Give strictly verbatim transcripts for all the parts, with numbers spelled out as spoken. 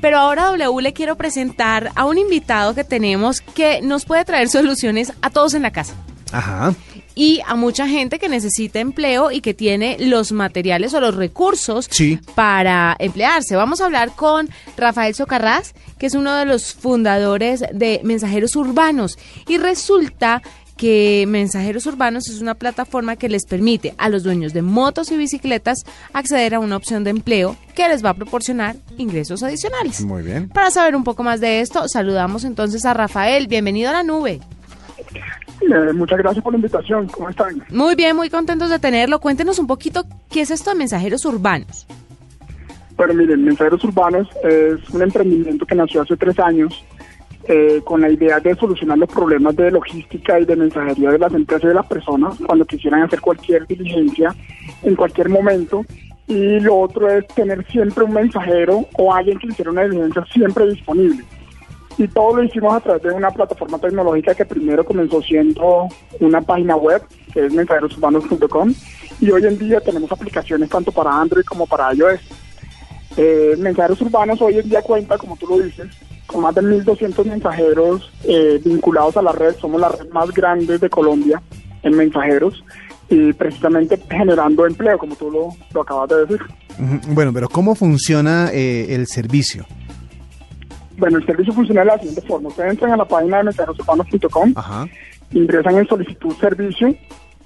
Pero ahora, W, le quiero presentar a un invitado que tenemos que nos puede traer soluciones a todos en la casa. Ajá. Y a mucha gente que necesita empleo y que tiene los materiales o los recursos sí. para emplearse. Vamos a hablar con Rafael Socarrás, que es uno de los fundadores de Mensajeros Urbanos. Y resulta que Mensajeros Urbanos es una plataforma que les permite a los dueños de motos y bicicletas acceder a una opción de empleo que les va a proporcionar ingresos adicionales. Muy bien. Para saber un poco más de esto, saludamos entonces a Rafael. Bienvenido a La Nube. Eh, muchas gracias por la invitación. ¿Cómo están? Muy bien, muy contentos de tenerlo. Cuéntenos un poquito qué es esto de Mensajeros Urbanos. Bueno, miren, Mensajeros Urbanos es un emprendimiento que nació hace tres años eh, con la idea de solucionar los problemas de logística y de mensajería de las empresas y de las personas cuando quisieran hacer cualquier diligencia en cualquier momento. Y lo otro es tener siempre un mensajero o alguien que hiciera una diligencia siempre disponible. Y todo lo hicimos a través de una plataforma tecnológica que primero comenzó siendo una página web, que es mensajeros urbanos punto com, y hoy en día tenemos aplicaciones tanto para Android como para iOS. Eh, Mensajeros Urbanos hoy en día cuenta, como tú lo dices, con más de mil doscientos mensajeros eh, vinculados a la red. Somos la red más grande de Colombia en mensajeros y precisamente generando empleo, como tú lo, lo acabas de decir. Bueno, pero ¿cómo funciona eh, el servicio? Bueno, el servicio funciona de la siguiente forma. Ustedes entran a la página de mensajeros urbanos punto com, ingresan en solicitud servicio,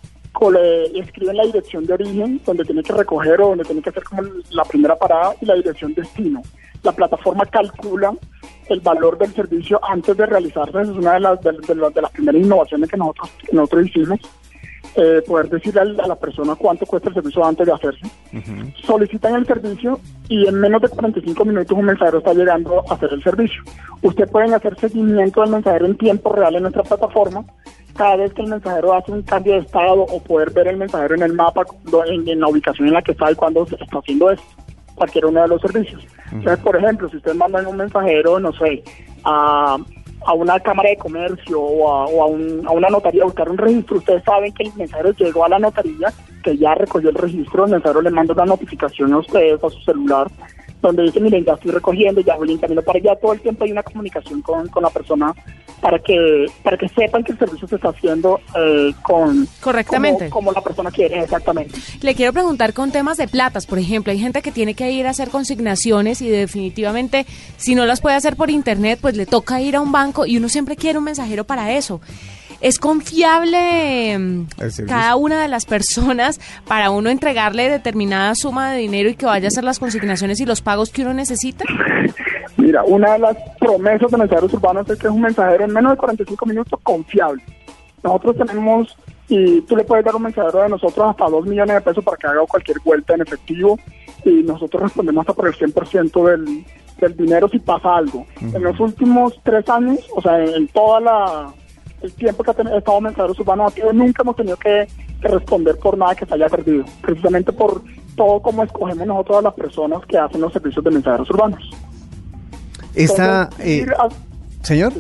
le escriben la dirección de origen, donde tiene que recoger o donde tiene que hacer como la primera parada, y la dirección destino. La plataforma calcula el valor del servicio antes de realizarse. Esa es una de las, de, de, las, de las primeras innovaciones que nosotros, que nosotros hicimos. Eh, poder decirle a la persona cuánto cuesta el servicio antes de hacerse. Uh-huh. Solicitan el servicio y en menos de cuarenta y cinco minutos un mensajero está llegando a hacer el servicio. Usted pueden hacer seguimiento del mensajero en tiempo real en nuestra plataforma. Cada vez que el mensajero hace un cambio de estado, o poder ver el mensajero en el mapa, en, en la ubicación en la que está y cuándo se está haciendo esto, cualquier uno de los servicios. Uh-huh. Entonces, por ejemplo, si ustedes mandan un mensajero, no sé, a... a una cámara de comercio o a, o a, un, a una notaría a buscar un registro, ustedes saben que el mensajero llegó a la notaría, que ya recogió el registro, el mensajero le manda una notificación a ustedes, a su celular, donde dice, miren, ya estoy recogiendo, ya voy en camino para allá. Todo el tiempo hay una comunicación con, con la persona para que para que sepan que el servicio se está haciendo eh, con correctamente, como, como la persona quiere, exactamente. Le quiero preguntar con temas de platas, por ejemplo, hay gente que tiene que ir a hacer consignaciones y definitivamente si no las puede hacer por internet, pues le toca ir a un banco y uno siempre quiere un mensajero para eso. ¿Es confiable cada una de las personas para uno entregarle determinada suma de dinero y que vaya a hacer las consignaciones y los pagos que uno necesita? Mira, una de las promesas de Mensajeros Urbanos es que es un mensajero en menos de cuarenta y cinco minutos confiable. Nosotros tenemos, y tú le puedes dar un mensajero de nosotros hasta dos millones de pesos para que haga cualquier vuelta en efectivo, y nosotros respondemos hasta por el cien por ciento del, del dinero si pasa algo. Uh-huh. En los últimos tres años, o sea, en, en toda la... el tiempo que ha ten- estado Mensajeros Urbanos activo, nunca hemos tenido que, que responder por nada que se haya perdido, precisamente por todo como escogemos nosotros a las personas que hacen los servicios de Mensajeros Urbanos. Esta, Entonces, eh, a... señor.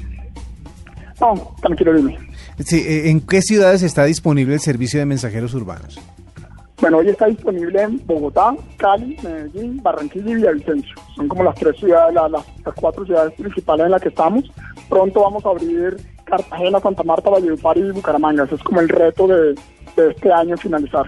No, tranquilo, dime. Sí, ¿en qué ciudades está disponible el servicio de Mensajeros Urbanos? Bueno, hoy está disponible en Bogotá, Cali, Medellín, Barranquilla y Villavicencio. Son como las tres ciudades, la, las, las cuatro ciudades principales en las que estamos. Pronto vamos a abrir Cartagena, Santa Marta, Valledupar y Bucaramanga. Ese es como el reto de, de este año finalizar.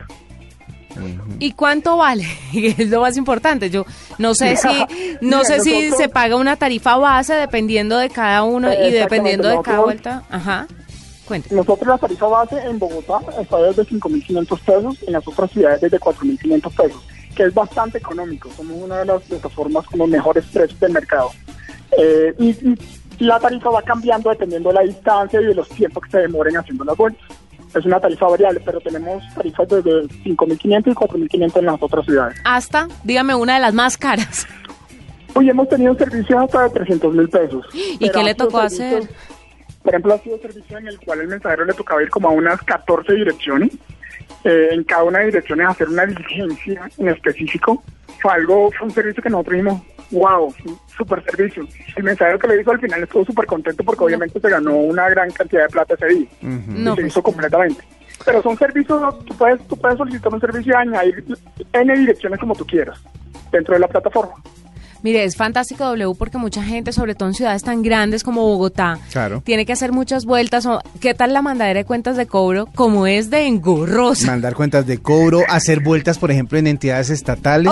¿Y cuánto vale? Es lo más importante. Yo no sé si no Mira, sé si nosotros, se paga una tarifa base dependiendo de cada uno y dependiendo de cada vuelta. Ajá. Cuéntame. Nosotros la tarifa base en Bogotá está desde cinco mil quinientos pesos, en las otras ciudades desde cuatro mil quinientos pesos, que es bastante económico. Somos una de las plataformas con los mejores precios del mercado. Eh, y, y la tarifa va cambiando dependiendo de la distancia y de los tiempos que se demoren haciendo las vueltas. Es una tarifa variable, pero tenemos tarifas desde cinco mil quinientos y cuatro mil quinientos en las otras ciudades. Hasta, dígame, una de las más caras. Hoy hemos tenido servicios hasta de trescientos mil pesos. ¿Y qué le tocó hacer? Por ejemplo, ha sido servicio en el cual el mensajero le tocaba ir como a unas catorce direcciones. Eh, en cada una de las direcciones hacer una diligencia en específico. Fue algo, fue un servicio que nosotros dijimos, wow, súper servicio. El mensajero que le hizo al final estuvo súper contento porque no. obviamente se ganó una gran cantidad de plata ese día. Uh-huh. No, y se pues, hizo completamente. Pero son servicios, tú puedes, tú puedes solicitar un servicio y añadir N direcciones como tú quieras dentro de la plataforma. Mire, es fantástico W porque mucha gente, sobre todo en ciudades tan grandes como Bogotá, claro, tiene que hacer muchas vueltas. O, ¿qué tal la mandadera de cuentas de cobro? Como es de engorrosa. Mandar cuentas de cobro, hacer vueltas, por ejemplo, en entidades estatales.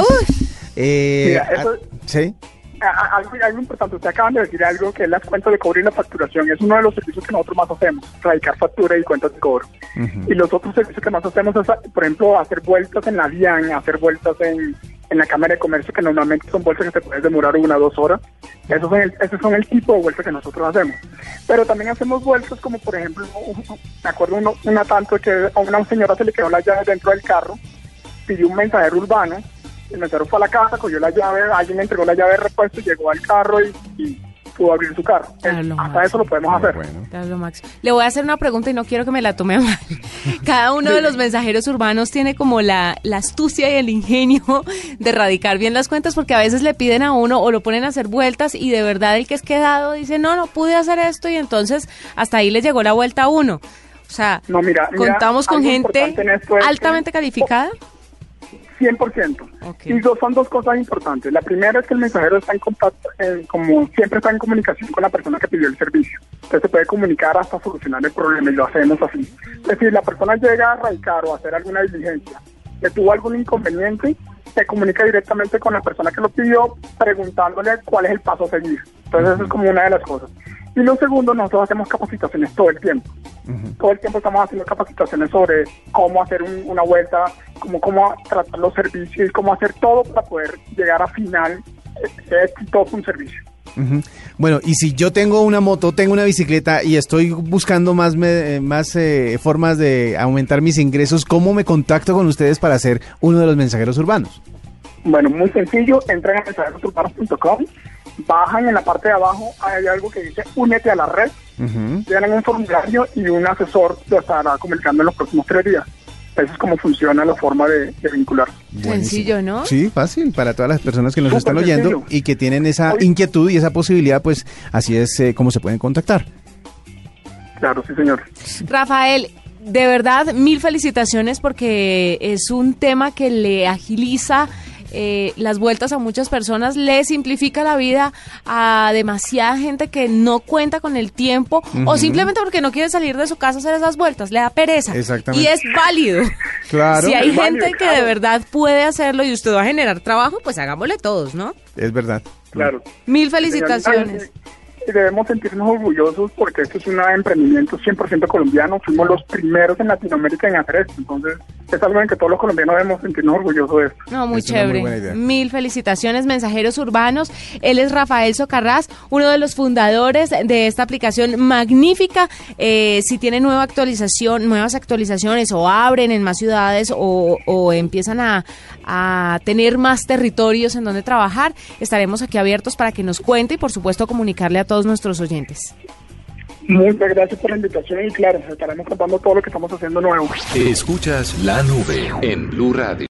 Eh, Mira, eso, a, ¿sí? Algo, algo importante, usted acaban de decir algo que es las cuentas de cobro y la facturación. Es uno de los servicios que nosotros más hacemos, radicar factura y cuentas de cobro. Uh-huh. Y los otros servicios que más hacemos es, por ejemplo, hacer vueltas en la DIAN, hacer vueltas en, en la Cámara de Comercio, que normalmente son vueltas que se pueden demorar una o dos horas. Esos son, el, esos son el tipo de vueltas que nosotros hacemos. Pero también hacemos vueltas como, por ejemplo, me acuerdo uno, una tanto que a una señora se le quedó la llave dentro del carro, pidió un mensajero urbano. El mensajero fue a la casa, cogió la llave, alguien le entregó la llave de repuesto, llegó al carro y, y pudo abrir su carro. Claro, hasta máximo. Eso lo podemos hacer. Bueno. Claro, lo máximo. Le voy a hacer una pregunta y no quiero que me la tome mal. Cada uno de los mensajeros urbanos tiene como la, la astucia y el ingenio de radicar bien las cuentas, porque a veces le piden a uno o lo ponen a hacer vueltas y de verdad el que es quedado dice, no, no pude hacer esto, y entonces hasta ahí le llegó la vuelta a uno. O sea, no, mira, mira, contamos con gente altamente que... calificada. cien por ciento. Okay. Y dos, son dos cosas importantes. La primera es que el mensajero está en contacto, eh, como siempre está en comunicación con la persona que pidió el servicio. Entonces se puede comunicar hasta solucionar el problema, y lo hacemos así. Es decir, la persona llega a radicar o a hacer alguna diligencia, que tuvo algún inconveniente, se comunica directamente con la persona que lo pidió, preguntándole cuál es el paso a seguir. Entonces uh-huh. eso es como una de las cosas. Y lo segundo, nosotros hacemos capacitaciones todo el tiempo. Uh-huh. Todo el tiempo estamos haciendo capacitaciones sobre cómo hacer un, una vuelta, cómo, cómo tratar los servicios, cómo hacer todo para poder llegar a final exitoso un servicio. Uh-huh. Bueno, y si yo tengo una moto, tengo una bicicleta y estoy buscando más, me, más eh, formas de aumentar mis ingresos, ¿cómo me contacto con ustedes para ser uno de los mensajeros urbanos? Bueno, muy sencillo, entran a mensajeros urbanos punto com, bajan en la parte de abajo, hay algo que dice únete a la red, uh-huh. tienen un formulario y un asesor lo estará comunicando en los próximos tres días. Eso es como funciona la forma de, de vincular. Sencillo, ¿no? Sí, fácil, para todas las personas que nos Súper están oyendo sencillo. Y que tienen esa Oye. inquietud y esa posibilidad, pues así es eh, como se pueden contactar. Claro, sí, señor. Rafael, de verdad, mil felicitaciones porque es un tema que le agiliza Eh, las vueltas a muchas personas, le simplifica la vida a demasiada gente que no cuenta con el tiempo uh-huh. o simplemente porque no quiere salir de su casa a hacer esas vueltas, le da pereza. Exactamente. Y es válido. Claro. Si hay es gente válido, que claro. de verdad puede hacerlo y usted va a generar trabajo, pues hagámosle todos, ¿no? Es verdad. Claro. Mil felicitaciones. Y debemos sentirnos orgullosos porque esto es un emprendimiento cien por ciento colombiano. Fuimos los primeros en Latinoamérica en hacer esto. Entonces, es algo en que todos los colombianos debemos sentirnos orgullosos de esto. No, muy es chévere. Muy buena idea. Mil felicitaciones, mensajeros urbanos. Él es Rafael Socarrás, uno de los fundadores de esta aplicación magnífica. Eh, si tiene nueva actualización, nuevas actualizaciones o abren en más ciudades o, o empiezan a, a tener más territorios en donde trabajar, estaremos aquí abiertos para que nos cuente y, por supuesto, comunicarle a todos todos nuestros oyentes. Muchas gracias por la invitación y claro, estaremos contando todo lo que estamos haciendo nuevo. Escuchas La Nube en Blue Radio.